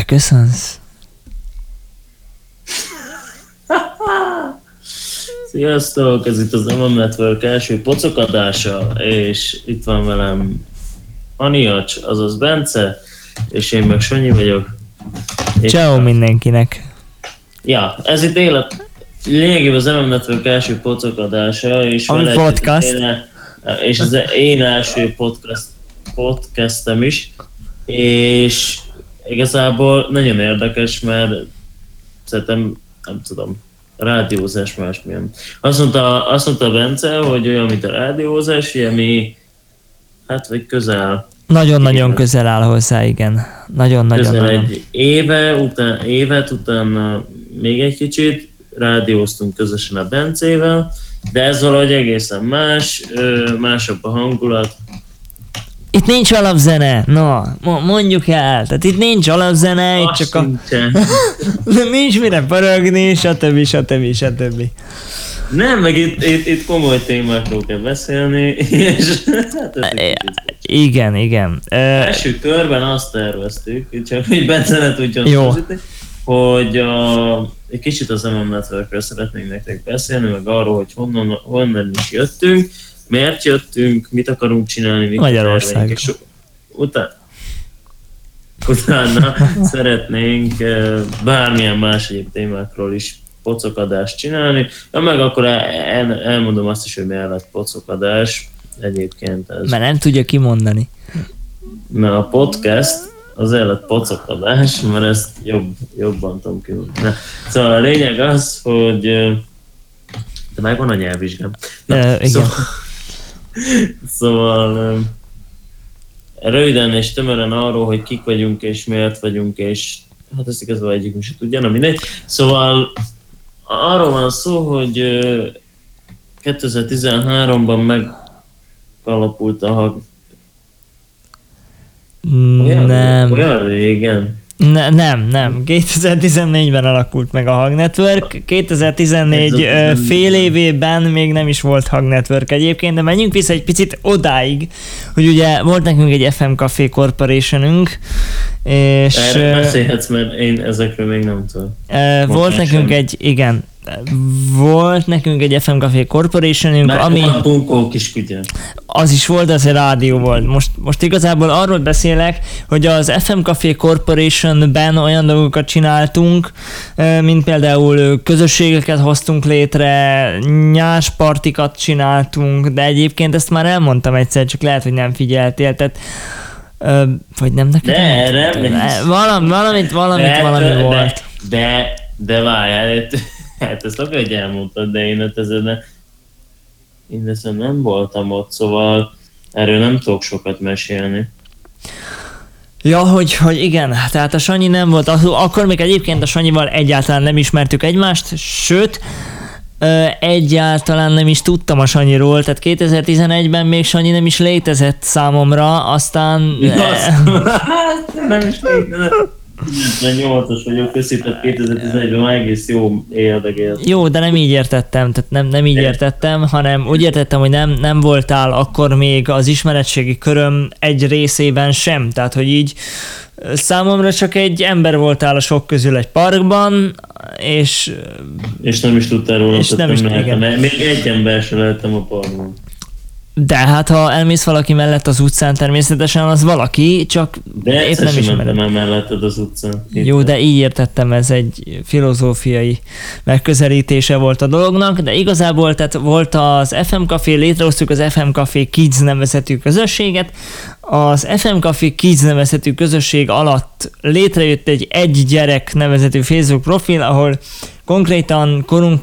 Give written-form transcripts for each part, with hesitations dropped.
köszönsz. Sziasztok, ez itt az MM Network első pocokadása, és itt van velem Aniacs, azaz Bence, és én meg Sanyi vagyok. Ciao mindenkinek. Ja, ez itt lényegében az MM Network első pocokadása, és ami podcast. És az én első podcastem is, és igazából nagyon érdekes, mert szerintem, nem tudom, rádiózás másmilyen. Azt mondta Bence, hogy olyan, mint a rádiózás, ami hát vagy közel. Nagyon-nagyon közel áll hozzá, igen. Nagyon-nagyon. Közel egy évet utána még egy kicsit rádióztunk közösen a Bencével, de ez valahogy egészen másabb a hangulat. Itt nincs alapzene, mondjuk el, tehát itt nincs alapzene, itt csak nincs mire pörögni, stb. Nem, meg itt komoly témákról kell beszélni, és igen. Első körben azt terveztük, csak hogy Bence ne tudjon szűzíteni, hogy egy kicsit az MM Networkről szeretnénk nektek beszélni, meg arról, hogy honnan is jöttünk, miért jöttünk, mit akarunk csinálni, Magyarország. Utána szeretnénk bármilyen más egyéb témákról is pocokadást csinálni. Ja, meg akkor elmondom azt is, hogy miért lett pocokadás egyébként ez. Mert nem tudja kimondani. Mert a podcast azért lett pocokadás, mert ezt jobban tudom kimondani. Szóval a lényeg az, hogy de megvan a nyelvvizsgám. Igen. Szóval röviden és tömören arról, hogy kik vagyunk és miért vagyunk, és hát ezt igazából egyikünk se tudja, na mindegy. Szóval arról van szó, hogy 2013-ban megalapult a hag... Olyan régen. Nem. 2014-ben alakult meg a Hug Network. 2014 fél évében még nem is volt Hug Network egyébként, de menjünk vissza egy picit odáig, hogy ugye volt nekünk egy FM Café Corporationünk, és... Erre beszélhetsz, mert én ezekről még nem tudom. Volt nekünk egy FM Café Corporationünk, ami... a bunkó kiskutya. Az is volt, az egy rádió volt. Most igazából arról beszélek, hogy az FM Café Corporationben olyan dolgokat csináltunk, mint például közösségeket hoztunk létre, nyárspartikat csináltunk, de egyébként ezt már elmondtam egyszer, csak lehet, hogy nem figyeltél, tehát vagy nem neked? Valami volt. De várjál, hát ezt akkor, hogy elmondtad, de én ezen nem voltam ott, szóval erről nem tudok sokat mesélni. Ja, hogy igen, tehát a Sanyi nem volt, akkor még egyébként a Sanyival egyáltalán nem ismertük egymást, sőt, egyáltalán nem is tudtam a Sanyiról, tehát 2011-ben még Sanyi nem is létezett számomra, aztán... Nem is létezett. 98-as vagyok, köszített 2011-ben már egész jó érdekelt. Jó, de nem így értettem, tehát nem így értettem, hanem úgy értettem, hogy nem voltál akkor még az ismeretségi köröm egy részében sem, tehát hogy így számomra csak egy ember voltál a sok közül egy parkban, és nem is tudtál róla, és nem is, még egy ember sem lehettem a parkban. De hát ha elmész valaki mellett az utcán, természetesen az valaki, csak de épp nem ismered. De mentem melletted az utcán. Jó, de így értettem, ez egy filozófiai megközelítése volt a dolognak, de igazából tehát volt az FM Café, létrehoztuk az FM Café Kids nevezetű közösséget. Az FM Café Kids nevezetű közösség alatt létrejött egy gyerek nevezetű Facebook profil, ahol konkrétan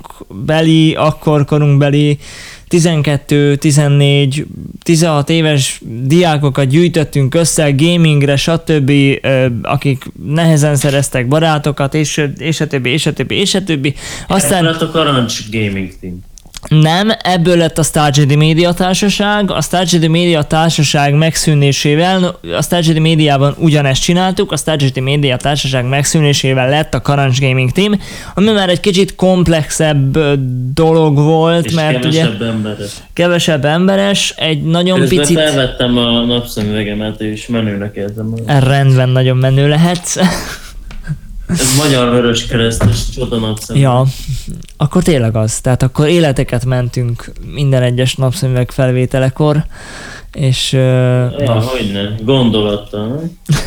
korunkbeli 12, 14, 16 éves diákokat gyűjtöttünk össze gamingre, stb., akik nehezen szereztek barátokat, és a többi. Aztán lett a Karancs Gaming Team. Nem, ebből lett a Star Jedi Média Társaság. A Star Jedi Média Társaság megszűnésével, a Star Jedi Médiában ugyanezt csináltuk, a Star Jedi Média Társaság megszűnésével lett a Karancs Gaming Team, ami már egy kicsit komplexebb dolog volt, és mert kevesebb emberes, egy nagyon közben picit... felvettem a napszemüvegemet, és menőnek érzem. Rendben, nagyon menő lehetsz. Ez Magyar Vöröskeresztes csoda napszemüveg. Ja, akkor tényleg az. Tehát akkor életeket mentünk minden egyes napszemüveg felvételekor, és... Ja, hogyne, gondolattal.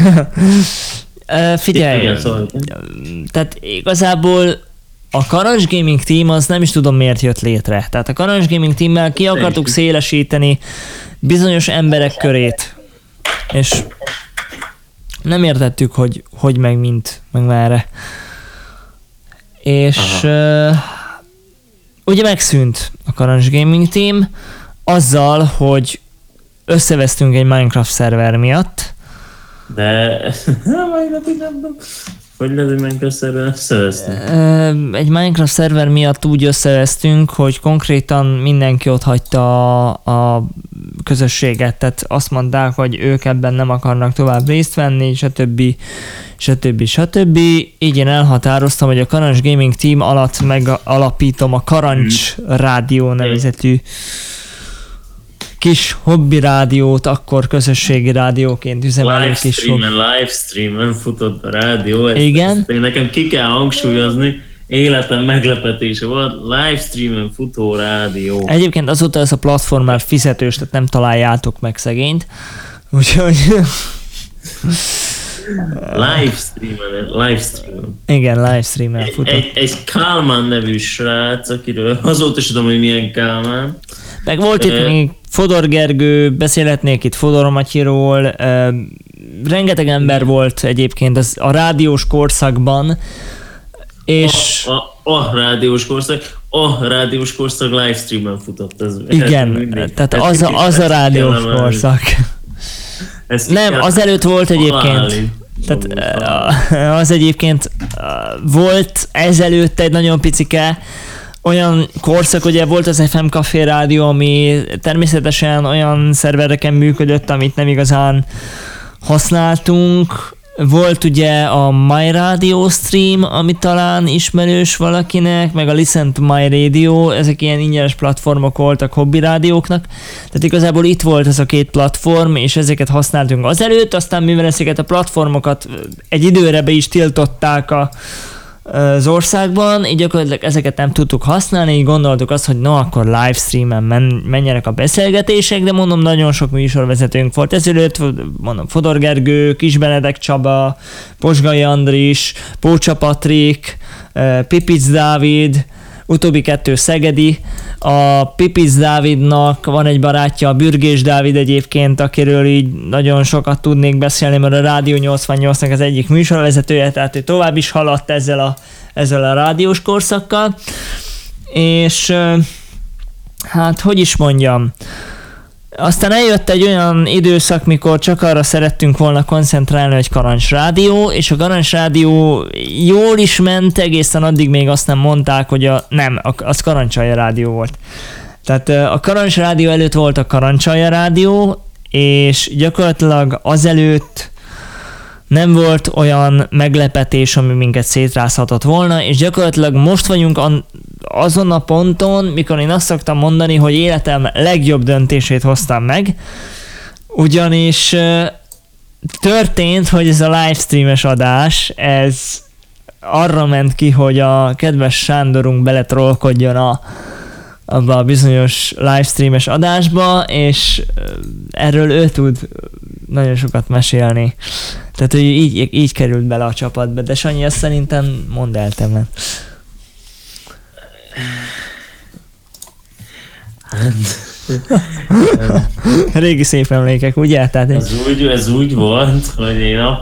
Figyelj, Igen, szóval. tehát igazából a Karancs Gaming Team az nem is tudom miért jött létre. Tehát a Karancs Gaming Teammel ki akartuk szélesíteni bizonyos emberek körét, és nem értettük, hogy meg mint, meg merre. És ugye megszűnt a Karancs Gaming Team azzal, hogy összevesztünk egy Minecraft szerver miatt. De... Hogy lehet, hogy Minecraft szerver összevesztünk? Egy Minecraft szerver miatt úgy összevesztünk, hogy konkrétan mindenki ott hagyta a közösséget, tehát azt mondták, hogy ők ebben nem akarnak tovább részt venni, stb. Így én elhatároztam, hogy a Karancs Gaming Team alatt megalapítom a Karancs Rádió nevezetű kis hobbi rádiót, akkor közösségi rádióként üzemelő kis Livestreamen futott a rádió. Igen. Ezt nekem ki kell hangsúlyozni, életem meglepetése volt, livestreamen futó rádió. Egyébként azóta ez a platform már fizetős, tehát nem találjátok meg szegényt. Úgyhogy... Livestreamen. Igen, livestreamen futott. Egy Kálmán nevű srác, akiről azóta is tudom, hogy milyen Kálmán. Meg volt itt még Fodor Gergő, beszélhetnék itt Fodor Matyiról, rengeteg ember volt egyébként a rádiós korszakban, és... A rádiós korszak livestreamen futott. Igen, tehát az a rádiós korszak. Nem, azelőtt volt egyébként. Tehát az egyébként volt ezelőtt egy nagyon picike olyan korszak, ugye volt az FM Café rádió, ami természetesen olyan szervereken működött, amit nem igazán használtunk. Volt ugye a My Radio Stream, ami talán ismerős valakinek, meg a Listen to My Radio, ezek ilyen ingyenes platformok voltak hobbi rádióknak. Tehát igazából itt volt ez a két platform, és ezeket használtunk azelőtt, aztán mivel ezeket a platformokat egy időre be is tiltották az országban, így gyakorlatilag ezeket nem tudtuk használni, így gondoltuk azt, hogy akkor livestreamen menjenek a beszélgetések, de mondom, nagyon sok műsorvezetőnk volt ezelőtt, mondom, Fodor Gergő, Kis Benedek Csaba, Posgai Andris, Pócsa Patrik, Pipic Dávid, utóbbi kettő szegedi. A Pipic Dávidnak van egy barátja, a Bürgés Dávid egyébként, akiről így nagyon sokat tudnék beszélni, mert a Rádió 88-nak az egyik műsorvezetője, tehát ő tovább is haladt ezzel a rádiós korszakkal. És hát, hogy is mondjam, aztán eljött egy olyan időszak, mikor csak arra szerettünk volna koncentrálni, hogy Karancs Rádió, és a Karancs Rádió jól is ment, egészen addig még azt nem mondták, hogy az Karancsalja Rádió volt. Tehát a Karancs Rádió előtt volt a Karancsalja Rádió, és gyakorlatilag azelőtt nem volt olyan meglepetés, ami minket szétrázhatott volna, és gyakorlatilag most vagyunk azon a ponton, mikor én azt szoktam mondani, hogy életem legjobb döntését hoztam meg, ugyanis történt, hogy ez a livestreames adás, ez arra ment ki, hogy a kedves Sándorunk beletrollkodjon abba a bizonyos livestreames adásba, és erről ő tud nagyon sokat mesélni. Tehát, hogy így került bele a csapatba, de Sanyi, ezt szerintem mondd el te, mert... Régi szép emlékek, ugye? Tehát ez úgy volt, hogy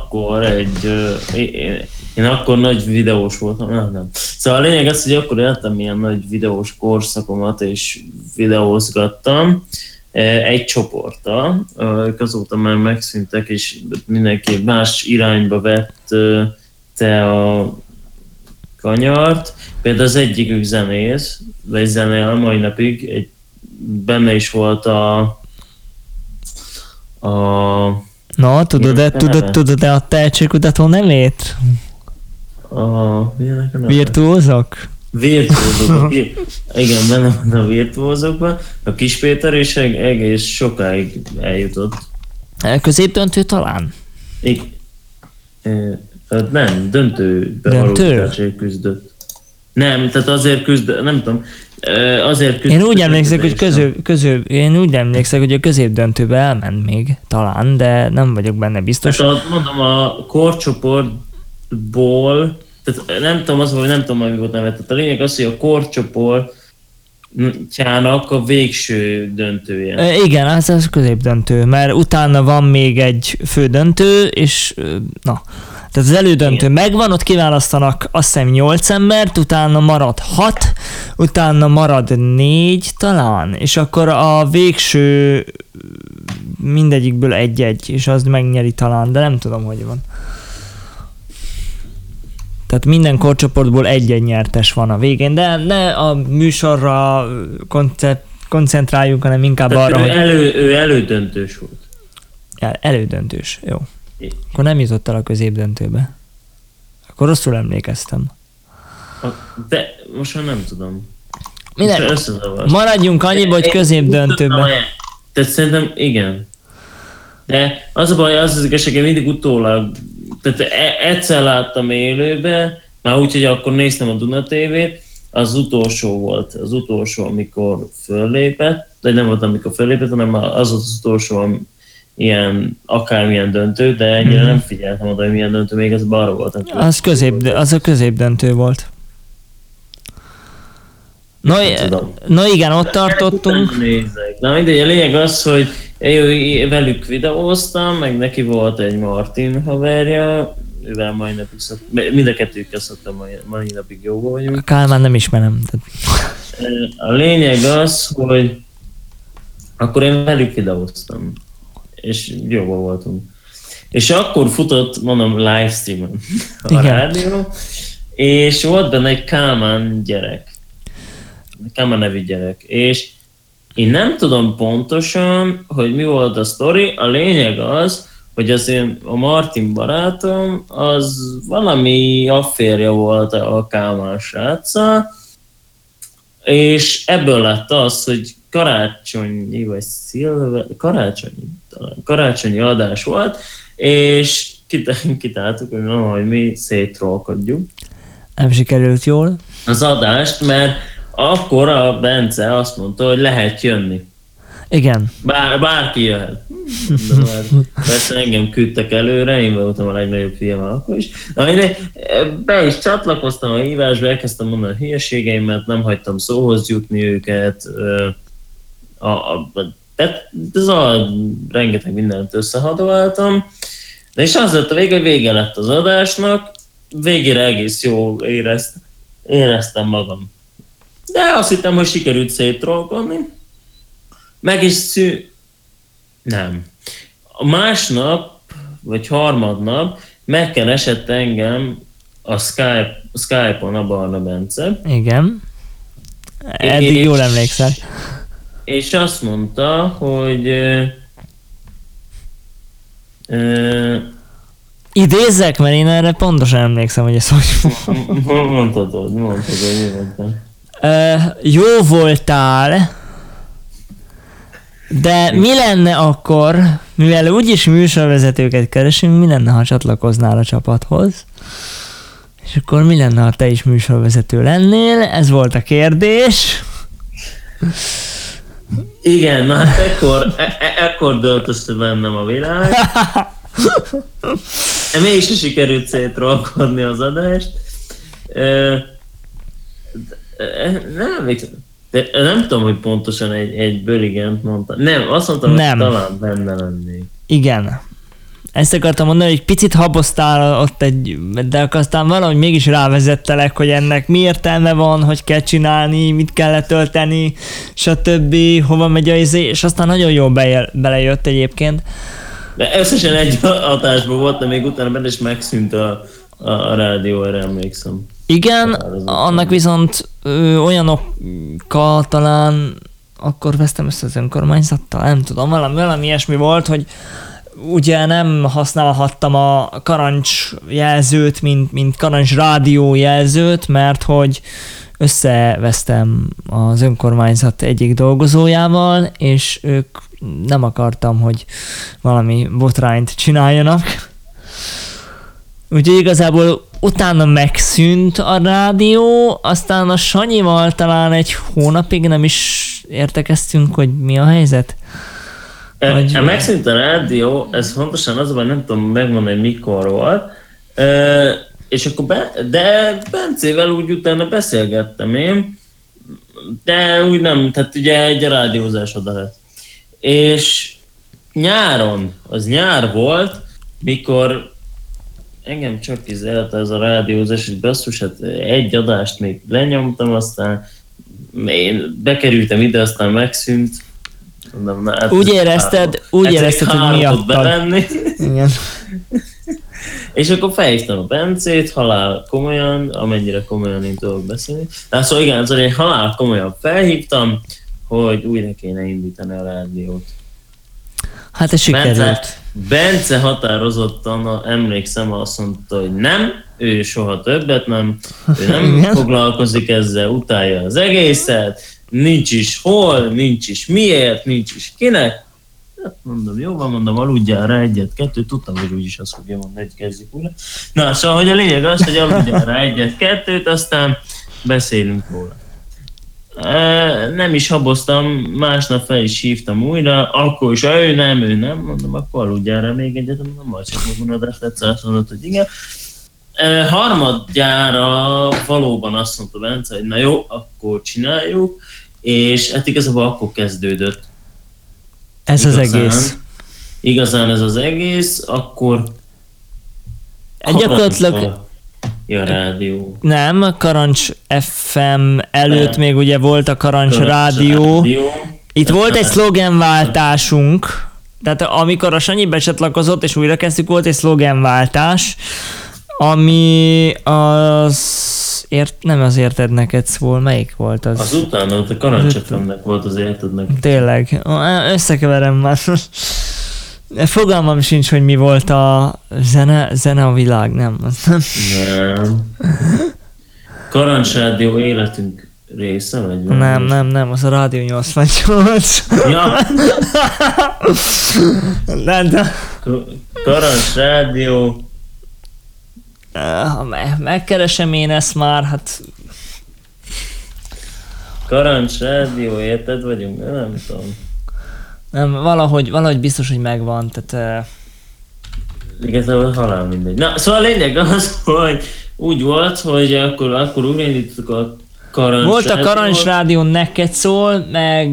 én akkor nagy videós voltam, nem. Szóval a lényeg az, hogy akkor éltem ilyen nagy videós korszakomat, és videózgattam egy csoporttal, azóta már megszűntek, és mindenki más irányba vette a kanyart. Például az egyikük zenész, vagy zenél a mai napig, benne is volt Na, tudod-e a tehetségkutató nevét? Virtuózok? Virtuózok. Igen, benne van a virtuózokban. A Kis Péter és egész sokáig eljutott. Középdöntő talán? Tehát nem, döntőbe való jutásért küzdött. Nem, tehát azért küzdött, nem tudom, azért küzdött. Én úgy emlékszek, hogy én úgy emlékszek, hogy a középdöntőbe elment még, talán, de nem vagyok benne biztos. Hát mondom, a korcsoportból, tehát nem tudom, mi volt neve. Tehát a lényeg az, hogy a korcsoportjának a végső döntője. Igen, ez középdöntő, mert utána van még egy fődöntő, és na, tehát az elődöntő megvan, ott kiválasztanak azt hiszem 8 embert, utána marad 6, utána marad 4 talán, és akkor a végső mindegyikből egy-egy, és az megnyeri talán, de nem tudom, hogy van. Tehát minden korcsoportból egy-egy nyertes van a végén, de ne a műsorra koncentráljunk, hanem inkább tehát arra, hogy... Ő elődöntős volt. Elődöntős, jó. Akkor nem jutott el a középdöntőbe. Akkor rosszul emlékeztem. De most már nem tudom. Maradjunk annyiba, hogy középdöntőbe. Tehát szerintem igen. De az a baj, az igazság, én mindig utólag, tehát egyszer láttam élőbe, már úgy, hogy akkor néztem a Duna TV-t, az utolsó volt, amikor föllépett, de nem volt, amikor föllépett, hanem az volt az utolsó ilyen, akármilyen döntő, de ennyire nem figyeltem oda, hogy milyen döntő, még ez arra volt. Az a középdöntő volt. No igen, ott tartottunk. Na mindegy, a lényeg az, hogy velük videóztam, meg neki volt egy Martin haverja, ővel mai napig mind a kettőkkel szoktam mai napig jóba vagyunk. A Kálmán nem ismerem. A lényeg az, hogy akkor én velük videóztam, és jóba voltunk. És akkor futott, mondom, livestreamen a rádió, és volt benne egy Kálmán gyerek. Kálmán nevű gyerek. És én nem tudom pontosan, hogy mi volt a sztori, a lényeg az, hogy a Martin barátom, az valami afférja volt a Kálmán sráccal, és ebből lett az, hogy karácsonyi vagy karácsonyi adás volt, és kitáltuk, hogy mi széttrollkodjuk. Nem sikerült jól. Az adást, mert akkor a Bence azt mondta, hogy lehet jönni. Igen. Bárki jöhet. Persze engem küldtek előre, én voltam a legnagyobb fiam akkor is. Be is csatlakoztam a hívásba, elkezdtem mondani a hülyeségeimet, nem hagytam szóhoz jutni őket. Rengeteg mindent összehadoltam. És az lett a vége, hogy vége lett az adásnak, végére egész jól éreztem magam. De azt hittem, hogy sikerült széttrollkodni. Meg is nem. A másnap, vagy harmadnap megkeresett engem a Skype-on a Barna Bence. Igen. Eddig jól emlékszel. És azt mondta, hogy idézzek, mert én erre pontosan emlékszem, hogy ez hogy mondtad, hogy mi voltam. Jó voltál, de mi lenne akkor, mivel úgyis műsorvezetőket keresünk, mi lenne, ha csatlakoznál a csapathoz? És akkor mi lenne, ha te is műsorvezető lennél? Ez volt a kérdés. Igen, na hát ekkor dölt össze bennem a világ. Mégis sikerült szétrollkodni az adást. Nem tudom, hogy pontosan egyből igent mondta. Nem, azt mondtam, hogy talán benne lennék. Igen. Ezt akartam mondani, hogy picit haboztál ott de aztán valahogy mégis rávezettelek, hogy ennek mi értelme van, hogy kell csinálni, mit kell letölteni, stb. Hova megy a izé, és aztán nagyon jól belejött egyébként. De összesen egy adásban volt, de még utána benne is megszűnt a rádió, erre emlékszem. Igen, annak viszont olyanokkal talán akkor vesztem össze az önkormányzattal, nem tudom, valami ilyesmi volt, hogy ugye nem használhattam a karancs jelzőt, mint karancs rádió jelzőt, mert hogy összevesztem az önkormányzat egyik dolgozójával, és ők nem akartam, hogy valami botrányt csináljanak. Úgyhogy igazából utána megszűnt a rádió, aztán a Sanyival talán egy hónapig nem is értekeztünk, hogy mi a helyzet. Megszűnt a rádió, ez fontosan az, hogy nem tudom megmondani, hogy mikor volt, és akkor de Bencével úgy utána beszélgettem én, de úgy nem, tehát ugye egy rádiózás oda lett. És nyáron, az nyár volt, mikor engem csak kizelte ez a rádiózás, és basszus, hát egy adást még lenyomtam, aztán én bekerültem ide, aztán megszűnt. Mondom, hát úgy érezted, hogy miattad. Igen. És akkor felhívtam a Bencét, halál komolyan, amennyire komolyan én tudok beszélni. Tehát szóval igen, azért halál komolyan felhívtam, hogy újra kéne indítani a rádiót. Hát ez sikerült. Bence határozottan, emlékszem, azt mondta, hogy nem, ő soha többet nem, ő nem foglalkozik ezzel, utálja az egészet, nincs is hol, nincs is miért, nincs is kinek. Hát mondom, jó van, mondom, aludjál rá egyet-kettőt, tudtam, hogy úgyis azt fogja mondani, hogy kezdjük újra. Na, szóval, hogy a lényeg az, hogy aludjál rá egyet-kettőt, aztán beszélünk róla. Nem is haboztam, másnap fel is hívtam újra, akkor is ő nem, mondom, akkor aludjál rá még egyet, mondom, majd csak magunadást tetsz, azt mondod, hogy igen. Harmadjára valóban azt mondta Bence, hogy na jó, akkor csináljuk, és hát igazából akkor kezdődött. Ez igazán, az egész. Igazán ez az egész, akkor gyakorlatilag a rádió. Nem, Karancs FM előtt még ugye volt a Karancs rádió. Itt volt egy szlogenváltásunk, tehát amikor a Sanyi becsatlakozott és újra kezdtük, volt egy szlogenváltás, ami nem az Érted neked szól, melyik volt az? Az utána, a Karancs FM-nek volt az Érted neked. Tényleg, összekeverem már. Fogalmam sincs, hogy mi volt a zene a világ, nem? Nem. Karancs rádió életünk része, vagy nem, az a Rádió 88. Ja. De. Karancs rádió. Megkeresem én ezt már, hát... Karancs rádió, érted vagyunk? Nem tudom. Nem, valahogy biztos, hogy megvan, tehát... Igazából halál mindegy. Na, szóval a lényeg az, hogy úgy volt, hogy akkor úgy indítottuk a Karancs volt a Karancs rádió neked szól, meg...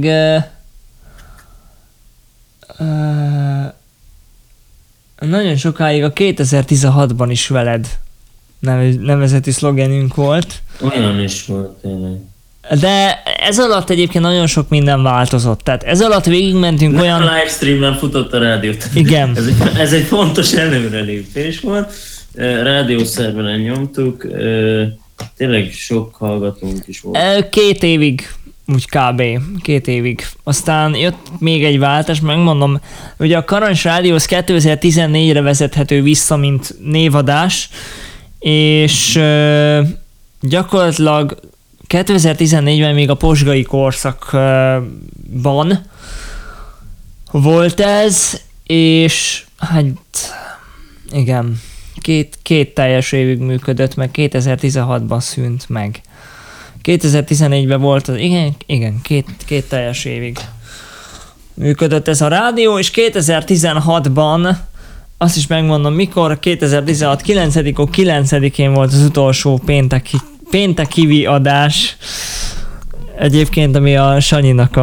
nagyon sokáig a 2016-ban is veled nevezeti szlogenünk volt. Olyan is volt tényleg. De ez alatt egyébként nagyon sok minden változott. Tehát ez alatt végigmentünk olyan... Livestreamben futott a rádiót. Igen. ez egy fontos előrelépés volt. Rádiószerveren nyomtuk. Tényleg sok hallgatónk is volt. 2 évig, úgy kb. 2 évig. Aztán jött még egy váltás, megmondom, ugye a Karancs Rádió az 2014-re vezethető vissza, mint névadás, és gyakorlatilag 2014-ben még a posgai korszakban volt ez, és hát igen, két teljes évig működött, meg 2016-ban szűnt meg. 2014-ben volt az, igen, két teljes évig működött ez a rádió, és 2016-ban, azt is megmondom mikor, 2016 9-én volt az utolsó pénteki adás, egyébként, ami a Sanyinak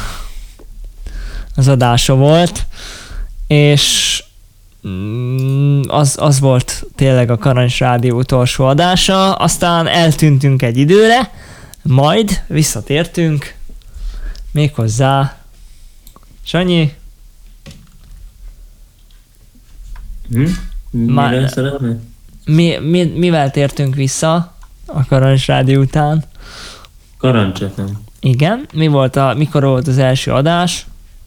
az adása volt, és az volt tényleg a Karancs Rádió utolsó adása, aztán eltűntünk egy időre, majd visszatértünk, méghozzá Sanyi. Mivel tértünk vissza a Karancs Rádió után? Karancs FM. Igen. Mikor volt az első adás?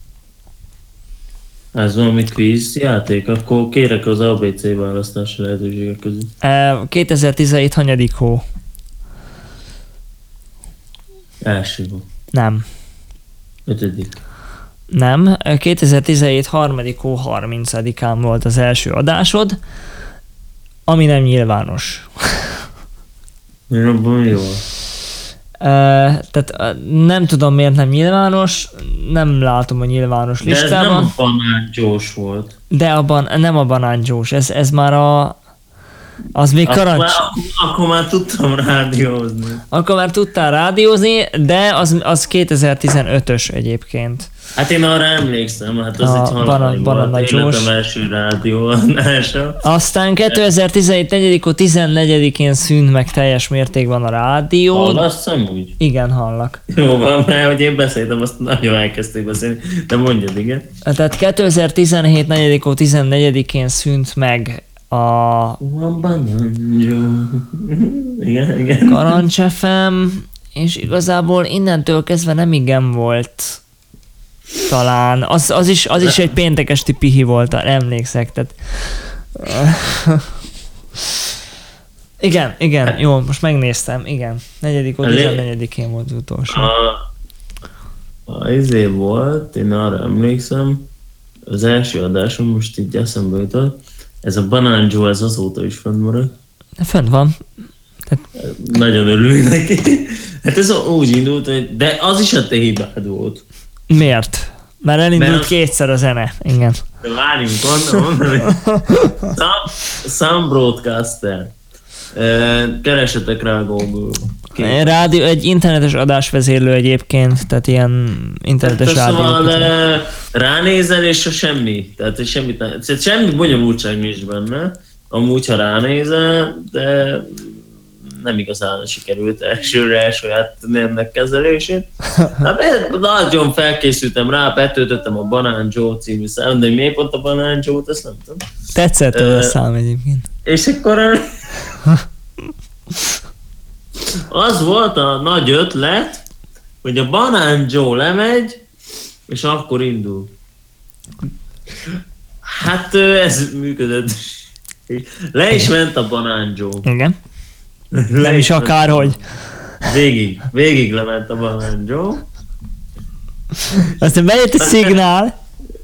Ez valami quiz játék, akkor kérek az ABC választási lehetőségek közül. 2017 hanyadik hó? Első hó. Nem. 5. Nem. 2017 harmadik hó 30-án volt az első adásod. ami nem nyilvános. Jobban jó. Tehát nem tudom, miért nem nyilvános, nem látom a nyilvános De ez listában. nem a Banán Joe-s volt. De nem a Banán Joe-s, ez már az még karancs. Akkor már tudtam rádiózni. Akkor már tudtál rádiózni, de az 2015-ös egyébként. Hát én arra emlékszem, hát az A egy halvány Banana volt, Joe-s. életem első rádióadása. Aztán 2017 14-én szűnt meg teljes mértékben a rádió. Hallasz amúgy? Igen, hallak. Jó van, mert hogy én beszéltem, azt nagyon elkezdték beszélni, de mondjad, igen. Tehát 2017 14-én szűnt meg a Banán Joe. Igen. Karancs FM, és igazából innentől kezdve nem igen volt talán. Az is egy péntek esti pihi volt, emlékszek. Tehát... igen, jó, most megnéztem, igen. 14-én volt az utolsó. Izé volt, én arra emlékszem, az első adásom most így eszembe jutott, ez a Banán Joe, ez azóta is fönnmaradt. Fönt van. Nagyon örülünk neki. Hát ez úgy indult, hogy de az is a te hibád volt. Miért? Mert elindult kétszer a zene, igen. De várjunk, onnan. Some Broadcaster. Keresetek rá Google. Rádió, egy internetes adásvezérlő egyébként, tehát ilyen internetes rádió. Szóval ránézel és semmi. Tehát semmi bonyolultság nincs benne. Amúgy, ha ránézel, de nem igazán sikerült elsőre saját névnek kezelését. Hát nagyon felkészültem rá, betöltöttem a Banán Joe című számot, de miért pont a Banán Joe-t, ezt nem tudom. Tetszett az a szám egyébként. És akkor az volt a nagy ötlet, hogy a Banán Joe lemegy, és akkor indul. Hát ez működött. Le is ment a Banán Joe. Igen. Nem is akárhogy. Végig lement a Banán Joe. Aztán bejött egy szignál.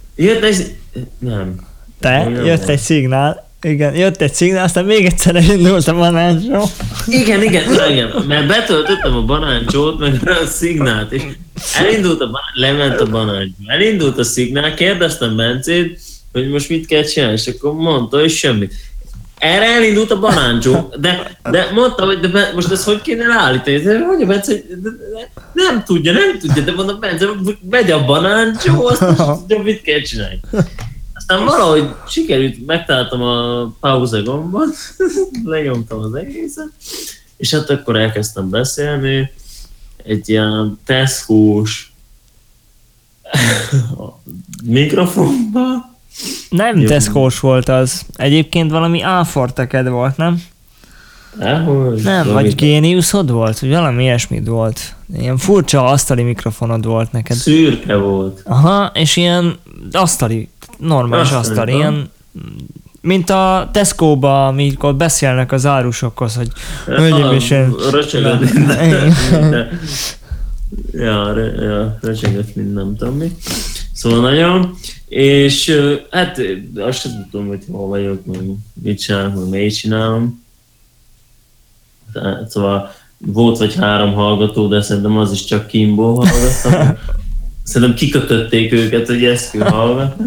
Nem. Jött egy szignál. Igen, jött egy szignál, aztán még egyszer elindult a Banán Joe. Igen, mert betöltöttem a Banán Joe-t, meg a szignált, és lement a Banán Joe. Elindult a szignál, kérdeztem Bencét, hogy most mit kell csinálni, és akkor mondta, hogy semmit. Erre elindult a Banán Joe, de mondta, hogy de most ezt hogy kéne ráállítani? De mondja Bence, hogy nem tudja, de mondom, Bence, megy a Banán Joe, azt mit kell csinálni? Aztán valahogy sikerült, megtaláltam a pauza gombot, lenyomtam az egészet, és hát akkor elkezdtem beszélni, egy ilyen Tesco-s mikrofonba. Nem Tesco-s volt az. Egyébként valami A-Forteked volt, nem? Nem, vagy Géniusod volt, vagy valami ilyesmit volt. Ilyen furcsa asztali mikrofonod volt neked. Szürke volt. Aha, és ilyen asztali, normális asztali, ilyen, mint a Tesco-ba, amikor beszélnek az árusokhoz, hogy hölgyeim és én... Röcsögött röcsögött mind nem tudom mi. Szóval nagyon, és hát azt sem tudom, hogy hol vagyok, meg mit csinálok, meg miért csinálom. Szóval volt vagy 3 hallgató, de szerintem az is csak Kimbo hallgattam. Szerintem kikötötték őket, hogy ezt kell hallgatni.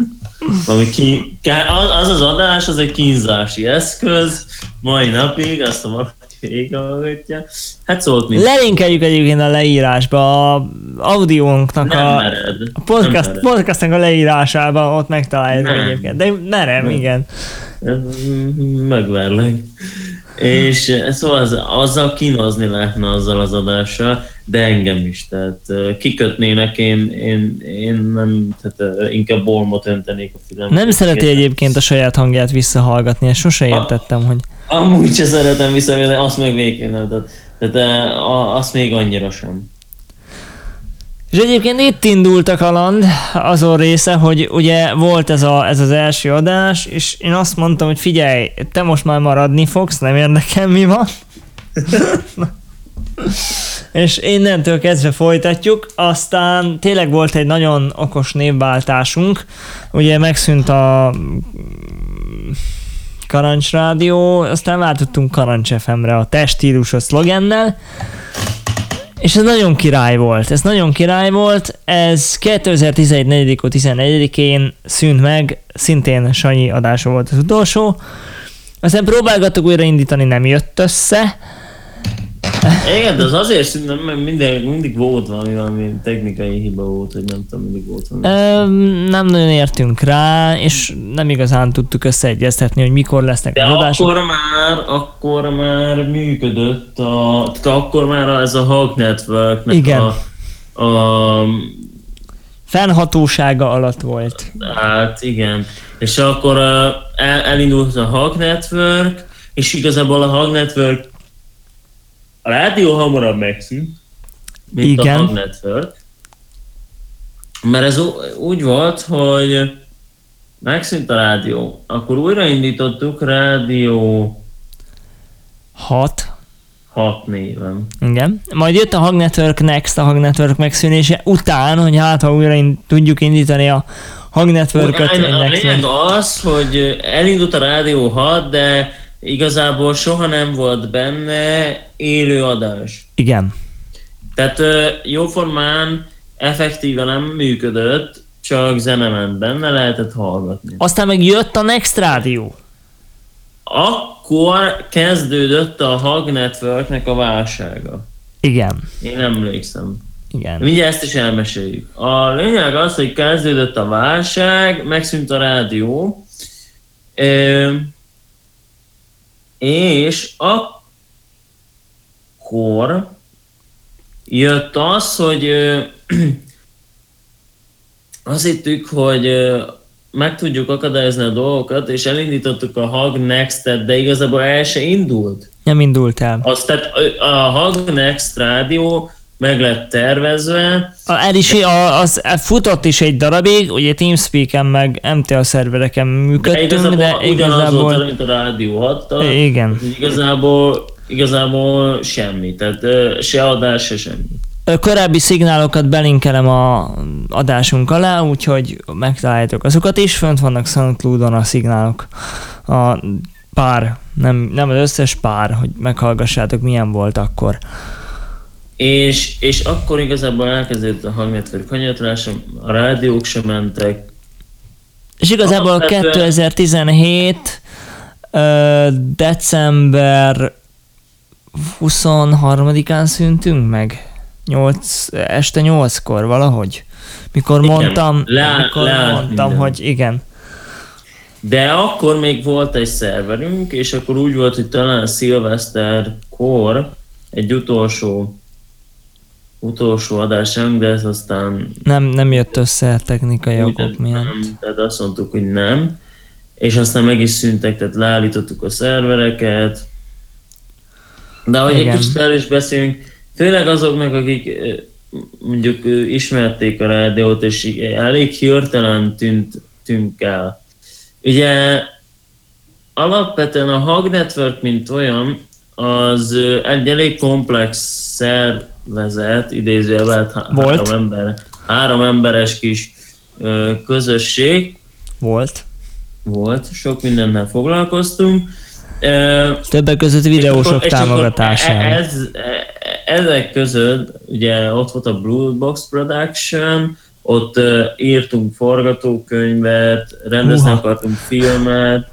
Az adás, az egy kínzási eszköz, mai napig, azt a valaki végighallgatja. Hát szólt mind. Lelinkeljük egyébként a leírásba, a audiónknak a podcastnak a leírásában, ott megtaláljuk egyébként. De merem, igen. Megverlek. És szóval azzal kínozni lehetne azzal az adással, de engem is, tehát kikötnének, én nem, tehát inkább bolmot öntenék a fülembe. Nem szereti egyébként a saját hangját visszahallgatni, ezt sose értettem, hogy... Amúgy se szeretem visszahallgatni, azt meg végén nem, tehát azt még annyira sem. És egyébként itt indult a kaland, azon része, hogy ugye volt ez az első adás, és én azt mondtam, hogy figyelj, te most már maradni fogsz, nem érdekel mi van. És innentől kezdve folytatjuk, aztán tényleg volt egy nagyon okos névváltásunk, ugye megszűnt a Karancs Rádió, aztán váltottunk Karancs FM-re a te stílusos szlogennel, és ez nagyon király volt, ez 2011. 14-én szűnt meg, szintén Sanyi adása volt az utolsó, aztán próbálgattuk újraindítani, nem jött össze. Igen, de az azért szűnt, mert mindig volt valami technikai hiba volt, hogy nem tudom, mindig volt valami. Nem nagyon értünk rá, és nem igazán tudtuk összeegyeztetni, hogy mikor lesznek de az adások. akkor már működött, akkor már ez a Hug Networknek Igen. a fennhatósága alatt volt. Hát igen, és akkor elindult a Hug Network, és igazából a Hug Network, a rádió hamarabb megszűnt, mint igen. a Hug Network, mert ez úgy volt, hogy megszűnt a rádió, akkor újraindítottuk rádió 6 néven. Igen. Majd jött a Hug Network Next, a Hug Network megszűnése után, hogy hát ha újra tudjuk indítani a Hug Network-öt. A lényeg az, hogy elindult a rádió 6, de igazából soha nem volt benne élő adás. Igen. Tehát jóformán effektíven nem működött, csak zene ment benne, lehetett hallgatni. Aztán meg jött a Next rádió. Akkor kezdődött a Hug Networknek a válsága. Igen. Én emlékszem. Igen. Mindjárt ezt is elmeséljük. A lényeg az, hogy kezdődött a válság, megszűnt a rádió, és akkor jött az, hogy azt hittük, hogy meg tudjuk akadályozni a dolgokat, és elindítottuk a Hug Next-et, de igazából el se indult. Nem indult el. Tehát a Hug Next rádió meg lett tervezve. Az futott is egy darabig, ugye TeamSpeak-en meg MTA szervereken működtünk, de ugyanaz volt, mint a rádió 6. Igen. Igazából semmi, tehát se adás, se semmi. Korábbi szignálokat belinkelem a adásunk alá, úgyhogy megtaláljátok azokat is, fönt vannak SoundCloudon a szignálok. A pár, nem az összes pár, hogy meghallgassátok, milyen volt akkor. És akkor igazából elkezdődött a Hug Network hanyatlása, a rádiók sem mentek. És igazából 2017 december 23-án szűntünk meg. Este 8-kor valahogy. Mikor igen, mondtam, minden. hogy igen. De akkor még volt egy szerverünk, és akkor úgy volt, hogy talán szilveszterkor egy utolsó adásunk, de ez aztán... Nem jött össze technikai okok miatt. Nem, tehát azt mondtuk, hogy nem. És aztán meg is szűntek, tehát leállítottuk a szervereket. De ahogy egy kicsit el is beszélünk, főleg azoknak, akik mondjuk ismerték a rádiót, és elég hirtelen tűnt el. Ugye alapvetően a Hug Network, mint olyan, az egy elég komplex szervezet, idézőjelben három emberes kis közösség. Volt, sok mindennel foglalkoztunk. Többek között videósok támogatásán. Ezek között ugye ott volt a Blue Box Production, ott írtunk forgatókönyvet, rendezni akartunk filmet,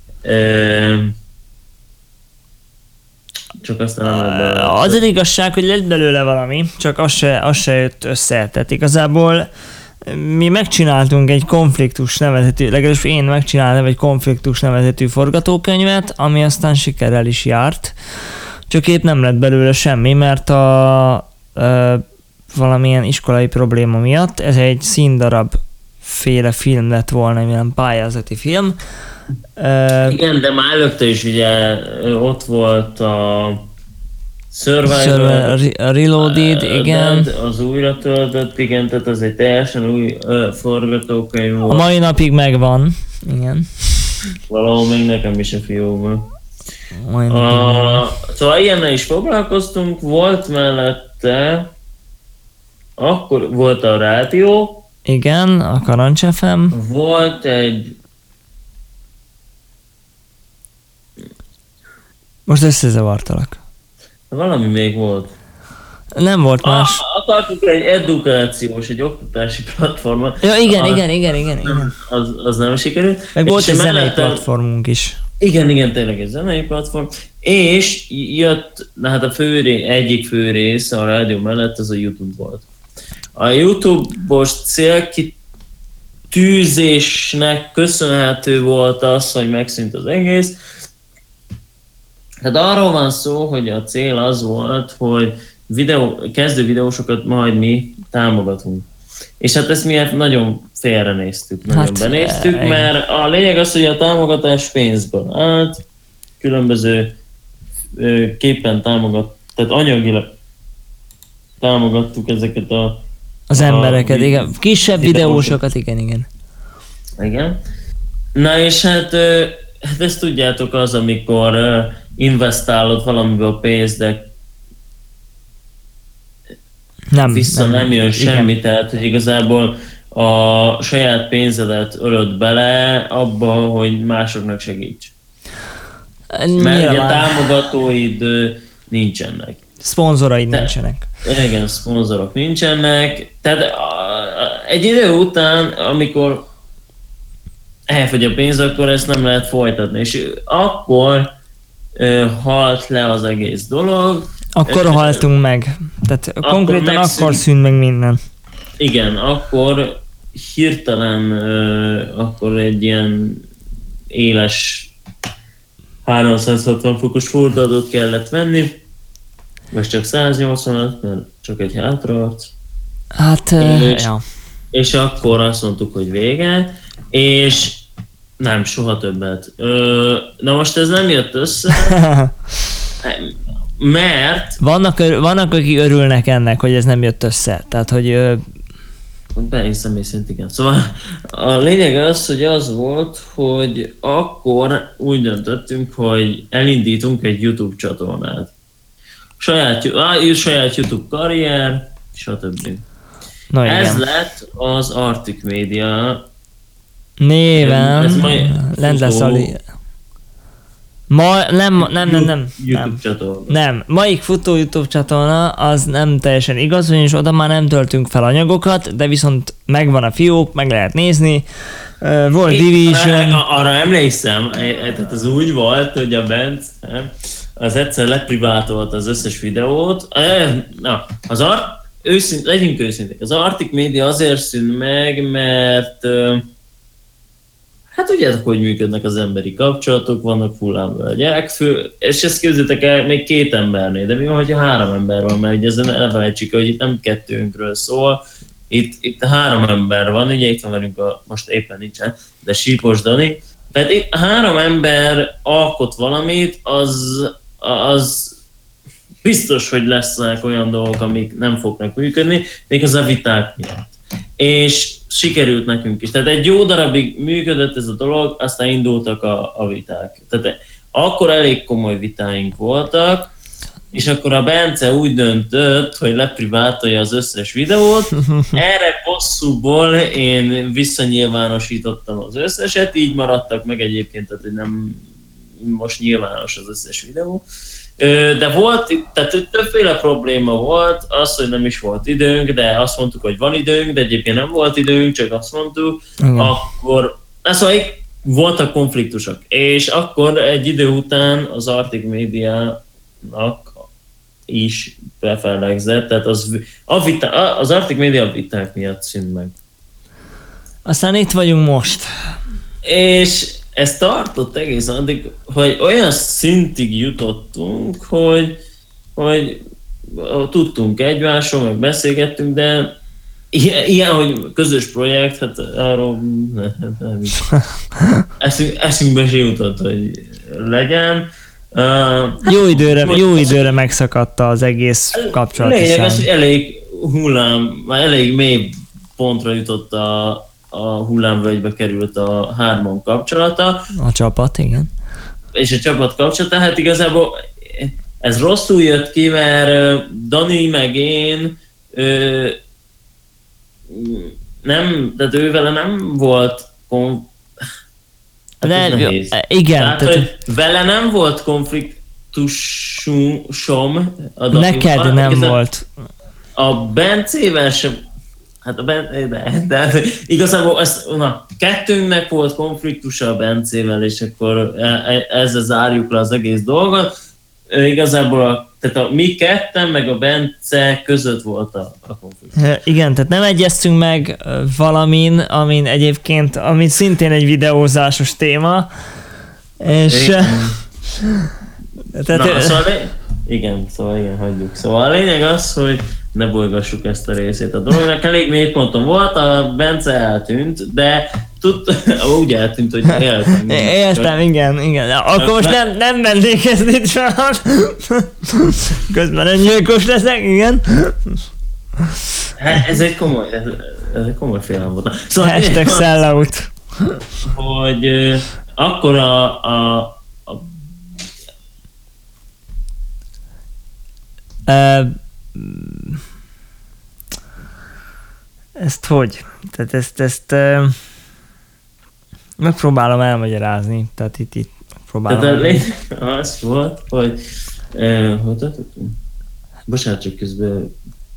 csak aztán nem az az igazság, hogy lett belőle valami, csak az se jött össze. Tehát igazából mi megcsináltunk egy konfliktus nevezetű, legalábbis én megcsináltam egy konfliktus nevezetű forgatókönyvet, ami aztán sikerrel is járt, csak épp nem lett belőle semmi, mert valamilyen iskolai probléma miatt ez egy színdarab féle film lett volna, milyen pályázati film. Igen, de már előtte is ugye ott volt a Survivor, Reloaded, igen. Az újra töltött, igen, tehát az egy teljesen új forgatókönyv volt. A mai napig megvan, igen. Valahol még nekem is a fiókban. Szóval ilyennel is foglalkoztunk, volt mellette, akkor volt a rádió. Igen, a Karancs FM. Volt egy Most összezavartalak. Valami még volt. Nem volt más. Akartuk egy edukációs, egy oktatási platformot. Ja, igen. Az nem sikerült. Meg volt És egy zenei mellettem- platformunk is. Igen, tényleg egy zenei platform. És jött, hát egyik fő rész a rádió mellett az a YouTube volt. A YouTube-os célkitűzésnek köszönhető volt az, hogy megszűnt az egész. Tehát arról van szó, hogy a cél az volt, hogy kezdő videósokat majd mi támogatunk. És hát ezt mi nagyon félrenéztük, nagyon benéztük, mert a lényeg az, hogy a támogatás pénzből állt, különböző képen tehát anyagilag támogattuk ezeket az embereket, igen. Kisebb videósokat, igen. Igen. Na és hát ezt tudjátok az, amikor investálod valamibe a pénzt, de nem jön semmi, tehát hogy igazából a saját pénzedet ölöd bele abba, hogy másoknak segíts. Mert ugye támogatóid nincsenek. Szponzoraid nincsenek. Igen, szponzorok nincsenek. Tehát egy idő után, amikor elfogy a pénz, akkor ezt nem lehet folytatni. És akkor halt le az egész dolog. Akkor haltunk meg. Tehát konkrétan akkor szűnt meg minden. Igen, akkor hirtelen akkor egy ilyen éles 360 fokos fordulatot kellett venni. Most csak 180-at, mert csak egy hátraarc. Hát, és akkor azt mondtuk, hogy vége, és nem, soha többet. Na most ez nem jött össze, mert... Vannak, akik örülnek ennek, hogy ez nem jött össze. Tehát, hogy... Én személy szerint igen. Szóval a lényeg az, hogy az volt, hogy akkor úgy döntöttünk, hogy elindítunk egy YouTube csatornát. Saját YouTube karrier, stb. Na, ez lett az Arctic Media néven. Lent lesz nem. YouTube csatorna. Nem. Maik futó YouTube csatorna az nem teljesen igaz, és oda már nem töltünk fel anyagokat, de viszont megvan a fiók, meg lehet nézni. Volt Division. Arra emlékszem, tehát az úgy volt, hogy a Bence az egyszer leprivátolt az összes videót. Legyünk őszinték. Az Arctic Media azért szűnt meg, mert hát tudjátok, hogy működnek az emberi kapcsolatok, vannak hullámvölgyek, és ezt képzeljétek el még 2 embernél, de mi van, hogyha 3 ember van, mert ugye ezen elfelejtsük, hogy itt nem 2-ünkről szól, itt 3 ember van, ugye itt van velünk, most éppen nincsen, de Sípos Dani, tehát itt 3 ember alkot valamit, az biztos, hogy lesznek olyan dolgok, amik nem fognak működni, még a viták miatt. És sikerült nekünk is. Tehát egy jó darabig működött ez a dolog, aztán indultak a viták. Tehát akkor elég komoly vitáink voltak, és akkor a Bence úgy döntött, hogy leprivátolja az összes videót. Erre bosszúból én visszanyilvánosítottam az összeset, így maradtak meg egyébként, tehát nem most nyilvános az összes videó. De volt, tehát többféle probléma volt, az, hogy nem is volt időnk, de azt mondtuk, hogy van időnk, de egyébként nem volt időnk, csak azt mondtuk, akkor, szóval voltak konfliktusok, és akkor egy idő után az Arctic Media-nak is befellegzett, tehát az Arctic Media viták miatt szűnt meg. Aztán itt vagyunk most. És ez tartott egész addig, hogy olyan szintig jutottunk, hogy tudtunk egymásról, meg beszélgettünk, de ilyen, hogy közös projekt, hát arról nem eszünkbe se jutott, hogy legyen. Jó időre megszakadta az egész kapcsolat. Lényeg az, hogy elég mély pontra jutott a hullámvölgybe került a 3 kapcsolata. A csapat, igen. És a csapat kapcsolata, hát igazából ez rosszul jött ki, mert Dani meg én tehát ővele nem volt igen. Tehát, hogy vele nem volt konflikt, konfliktusom a Neked nem volt. A Bencével sem, hát de igazából kettőnknek volt konfliktusa a Bencével, és akkor ezzel zárjuk le az egész dolgot. Igazából tehát mi ketten, meg a Bence között volt a konfliktus. Igen, tehát nem egyeztünk meg amin egyébként, ami szintén egy videózásos téma, és... Szóval hagyjuk. Szóval a lényeg az, hogy ne bolygassuk ezt a részét a dolognak. Elég 4 ponton volt, a Bence eltűnt, de úgy eltűnt, hogy éltem. Értem, igen. Akkor most nem mennék ezt itt fel. Közben öngyilkos leszek, igen. Hát ez egy komoly félelem volt. Szóval #sellout. Hogy akkor ezt hogy? Tehát ezt megpróbálom elmagyarázni. Tehát itt próbálom. Tehát az volt, hogy hogy tartottunk? Bocsánat, csak közben...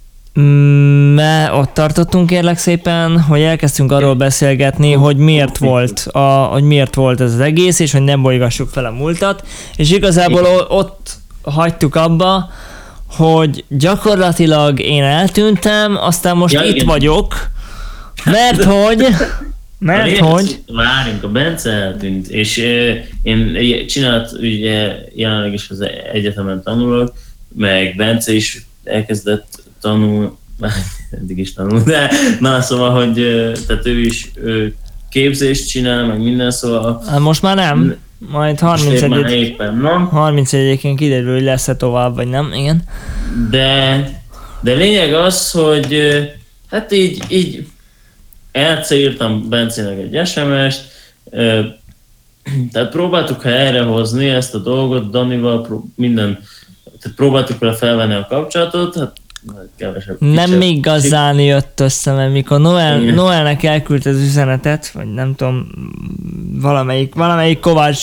Ott tartottunk, kérlek szépen, hogy elkezdtünk arról beszélgetni, hogy miért volt ez az egész, és hogy nem bolygassuk fel a múltat. És igazából ott hagytuk abba, hogy gyakorlatilag én eltűntem, aztán most itt vagyok, mert hogy... Várjunk, a Bence eltűnt, és én ugye jelenleg is az egyetemen tanulok, meg Bence is elkezdett eddig is tanul, de szóval, hogy tehát ő is képzést csinál, meg minden, szóval... Most már nem. Majd 31-én kiderül, hogy lesz-e tovább, vagy nem, igen. De lényeg az, hogy hát így írtam Bencének egy SMS-t, tehát próbáltuk helyrehozni ezt a dolgot Danival, tehát próbáltuk vele felvenni a kapcsolatot, hát kevesebb. Nem igazán jött össze, mert mikor Noelnek elküldte az üzenetet, vagy nem tudom, valamelyik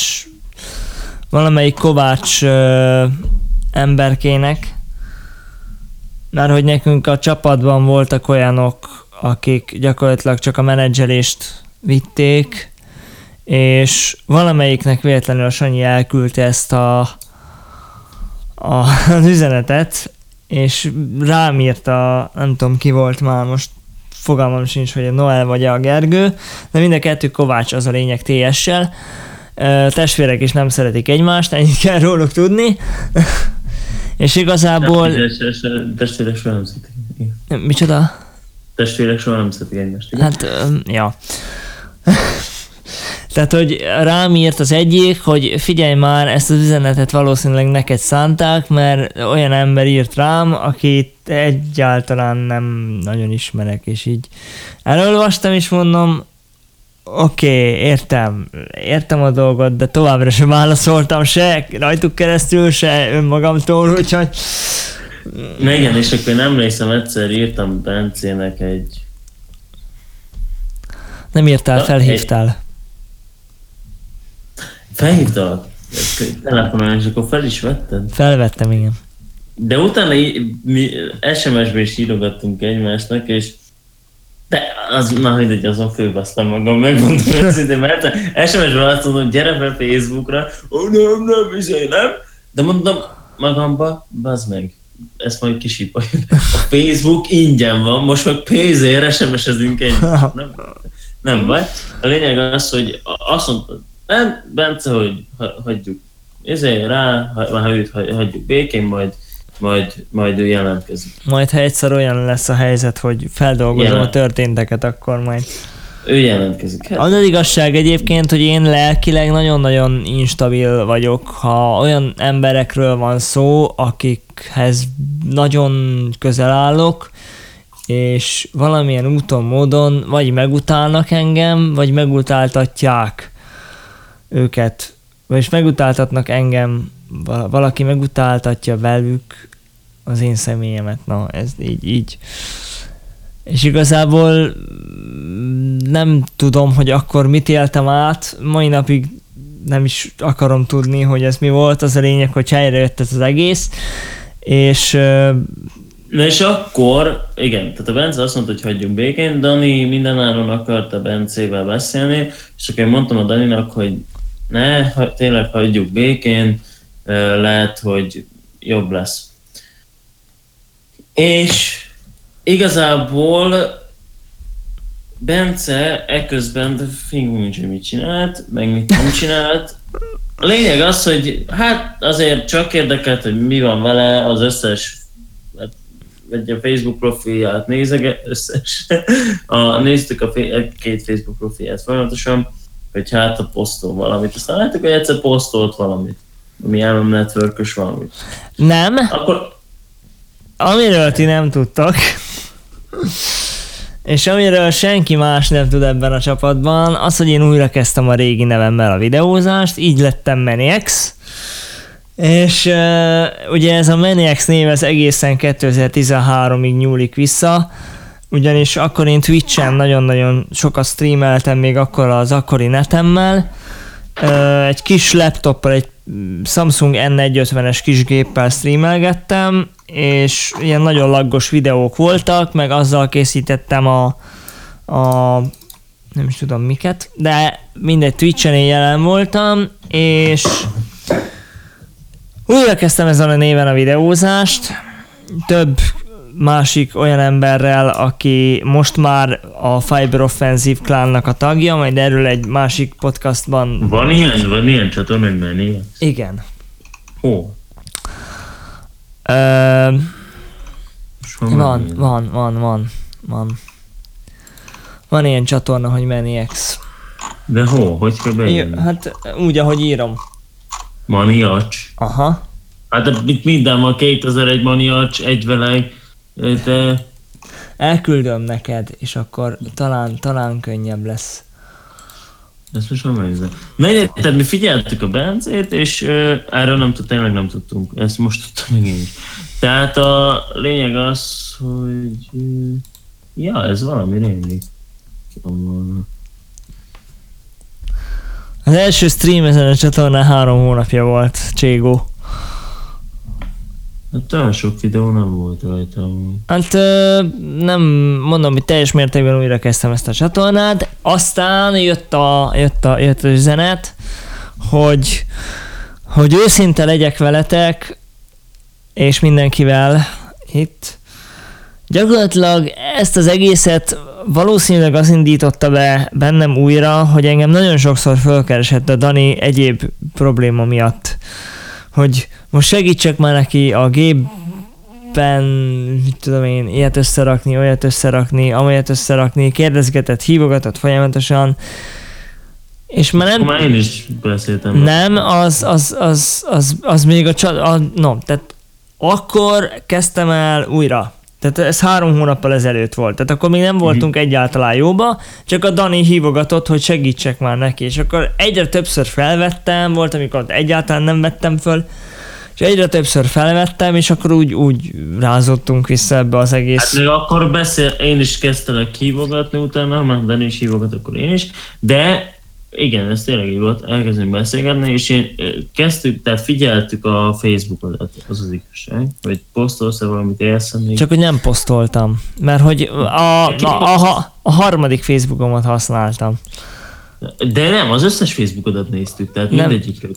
Kovács emberkének, mert hogy nekünk a csapatban voltak olyanok, akik gyakorlatilag csak a menedzselést vitték, és valamelyiknek véletlenül a Sanyi elküldte ezt az üzenetet, és rám írta, nem tudom ki volt már, most fogalmam sincs, hogy a Noel vagy a Gergő, de mind a kettő Kovács, az a lényeg TS-sel. Testvérek is nem szeretik egymást, ennyit kell róluk tudni. És igazából... Testvérek soha nem szeretik. Micsoda? Testvérek soha nem szeretik egymást. Hát, ja. Tehát, hogy rám írt az egyik, hogy figyelj már, ezt az üzenetet valószínűleg neked szánták, mert olyan ember írt rám, akit egyáltalán nem nagyon ismerek, és így elolvastam, és mondom, oké, értem a dolgot, de továbbra sem válaszoltam se rajtuk keresztül, se önmagamtól, úgyhogy... Igen, és akkor nem emlékszem, egyszer írtam Bencének egy... Nem írtál, felhívtál. Felhívtalak? Telefonon, és akkor fel is vetted? Felvettem, igen. De utána mi SMS-ben is írogattunk egymásnak, és de azon fölbasztam magam, megmondom őszintén, mert SMS-ben azt mondom, gyere fel Facebookra, nem, de mondom magamba, bazd meg, ezt majd kisipoljuk. A Facebook ingyen van, most meg pénzért SMS-ezünk egymást, nem baj. A lényeg az, hogy azt mondtad, nem, Bence, hogy hagyjuk rá, ha őt hagyjuk békén, majd ő jelentkezik. Majd ha egyszer olyan lesz a helyzet, hogy feldolgozom a történteket, akkor majd... Ő jelentkezik. Hát. Az igazság egyébként, hogy én lelkileg nagyon-nagyon instabil vagyok, ha olyan emberekről van szó, akikhez nagyon közel állok, és valamilyen úton, módon vagy megutálnak engem, vagy megutáltatják őket, vagyis megutáltatnak engem, valaki megutáltatja velük az én személyemet, ez így. És igazából nem tudom, hogy akkor mit éltem át, mai napig nem is akarom tudni, hogy ez mi volt, az a lényeg, hogy helyre jött ez az egész, és... Na és akkor, igen, tehát a Bence azt mondta, hogy hagyjunk békén, Dani mindenáron akarta Bencével beszélni, és akkor én mondtam a Daninak, hogy tényleg hagyjuk békén, lehet, hogy jobb lesz. És igazából Bence eközben fingunk, hogy mit csinált, meg mit nem csinált. A lényeg az, hogy hát azért csak érdekelt, hogy mi van vele, az összes egy a Facebook profilját néztük a két Facebook profilját folyamatosan, hogy hát a posztol valamit. Aztán láttuk, hogy egyszer posztolt valamit, ami MM Network-ös valamit. Nem. Akkor... Amiről ti nem tudtok, és amiről senki más nem tud ebben a csapatban, az, hogy én újra kezdtem a régi nevemmel a videózást, így lettem Maniacs, és ugye ez a Maniacs név ez egészen 2013-ig nyúlik vissza, ugyanis akkor én Twitch-en nagyon-nagyon sokat streameltem még akkor az akkori netemmel, egy kis laptoppal, egy Samsung N150-es kis géppel streamelgettem, és ilyen nagyon laggos videók voltak, meg azzal készítettem a nem is tudom miket, de mindegy Twitch-en én jelen voltam, és újra kezdtem ezen a néven a videózást, több másik olyan emberrel, aki most már a Fiber Offensive klánnak a tagja, majd erről egy másik podcastban... Van ilyen csatorna, hogy Maniacs? Igen. Hó? Van ilyen csatorna, hogy Maniacs. De hó? Hogy kell bejönni? Hát úgy, ahogy írom. Maniacs? Aha. Hát itt minden van, 2001 Maniacs, egyveleg. De... Elküldöm neked, és akkor talán könnyebb lesz. Ezt most nem megzem. Tehát mi figyeltük a Bencét, és erről tényleg nem tudtunk. Ezt most tudtam meg én is. Tehát a lényeg az, hogy... Ja, ez valami régi. Az első stream ezen a csatornán 3 hónapja volt, Cségó. Hát olyan sok videó nem volt rajta. Hát nem mondom, hogy teljes mértékben újra kezdtem ezt a csatornát, aztán jött az üzenet, hogy őszinte legyek veletek, és mindenkivel itt. Gyakorlatilag ezt az egészet valószínűleg az indította be bennem újra, hogy engem nagyon sokszor fölkeresett a Dani egyéb probléma miatt, hogy most segítsek már neki a gépen, mit tudom én, ilyet összerakni, olyat összerakni, amelyet összerakni, kérdezgetett, hívogatott folyamatosan, és már nem... Már én is beszéltem. Nem, az még tehát akkor kezdtem el újra. Tehát ez 3 hónappal ezelőtt volt. Tehát akkor még nem voltunk egyáltalán jóba, csak a Dani hívogatott, hogy segítsek már neki. És akkor egyre többször felvettem, volt, amikor egyáltalán nem vettem föl, és egyre többször felvettem, és akkor úgy rázottunk vissza ebbe az egész... Hát még akkor én is kezdtelek hívogatni utána, mert Dani is hívogat, akkor én is, de igen, ez tényleg így volt, elkezdünk beszélgetni, és tehát figyeltük a Facebookodat, az az igazság, hogy posztolsz-e valamit, élsz még? Csak hogy nem posztoltam, mert hogy a harmadik Facebookomat használtam. De nem, az összes Facebookodat néztük, tehát mindegyikről.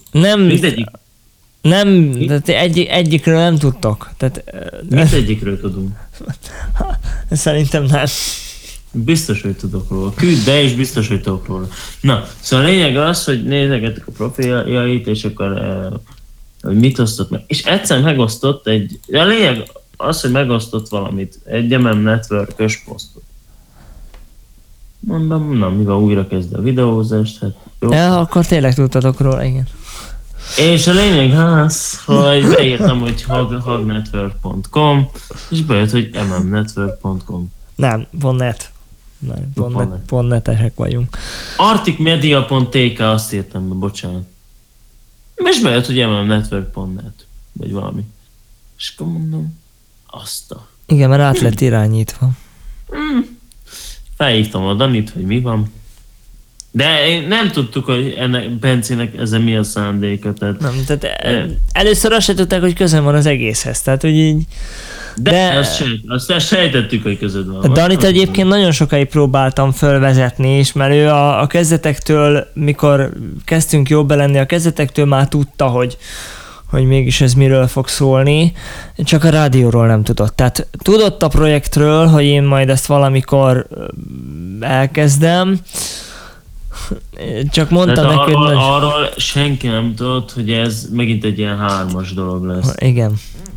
Nem, tehát egyikről nem tudtok. Mindegyikről tudunk. Szerintem nem. Biztos, hogy tudok róla. Küld be, és biztos, hogy tudok róla. Na, szóval a lényeg az, hogy nézegettük a profiljait, és akkor hogy mit osztott meg. És egyszer megosztott a lényeg az, hogy megosztott valamit, egy MM Network-ös posztot. Mondom, na, mivel újra kezd a videózást, hát jó. Ja, akkor tényleg tudtatok róla, igen. És a lényeg az, hogy beírtam, hogy hagnetwork.com, és bejött, hogy mmnetwork.com. Nem, .net. Pont netesek vagyunk. Arcticmedia.tk, azt írtam, bocsánat. És bejött, hogy mmnetwork.net, vagy valami. És akkor mondom, Igen, mert át lett irányítva. Felhívtam a Danit, hogy mi van. De nem tudtuk, hogy ennek Bencének ezen mi a szándéka. Tehát, Nem, tehát először azt se tudták, hogy közön van az egészhez, tehát hogy így... De azt sejtettük, hogy között van. Danit egyébként nagyon sokáig próbáltam fölvezetni is, mert ő a kezdetektől, mikor kezdtünk jobb lenni, a kezdetektől már tudta, hogy mégis ez miről fog szólni, csak a rádióról nem tudott. Tehát tudott a projektről, hogy én majd ezt valamikor elkezdem, csak mondtam neki, hogy... Arról senki nem tudott, hogy ez megint egy ilyen 3-as dolog lesz. Igen.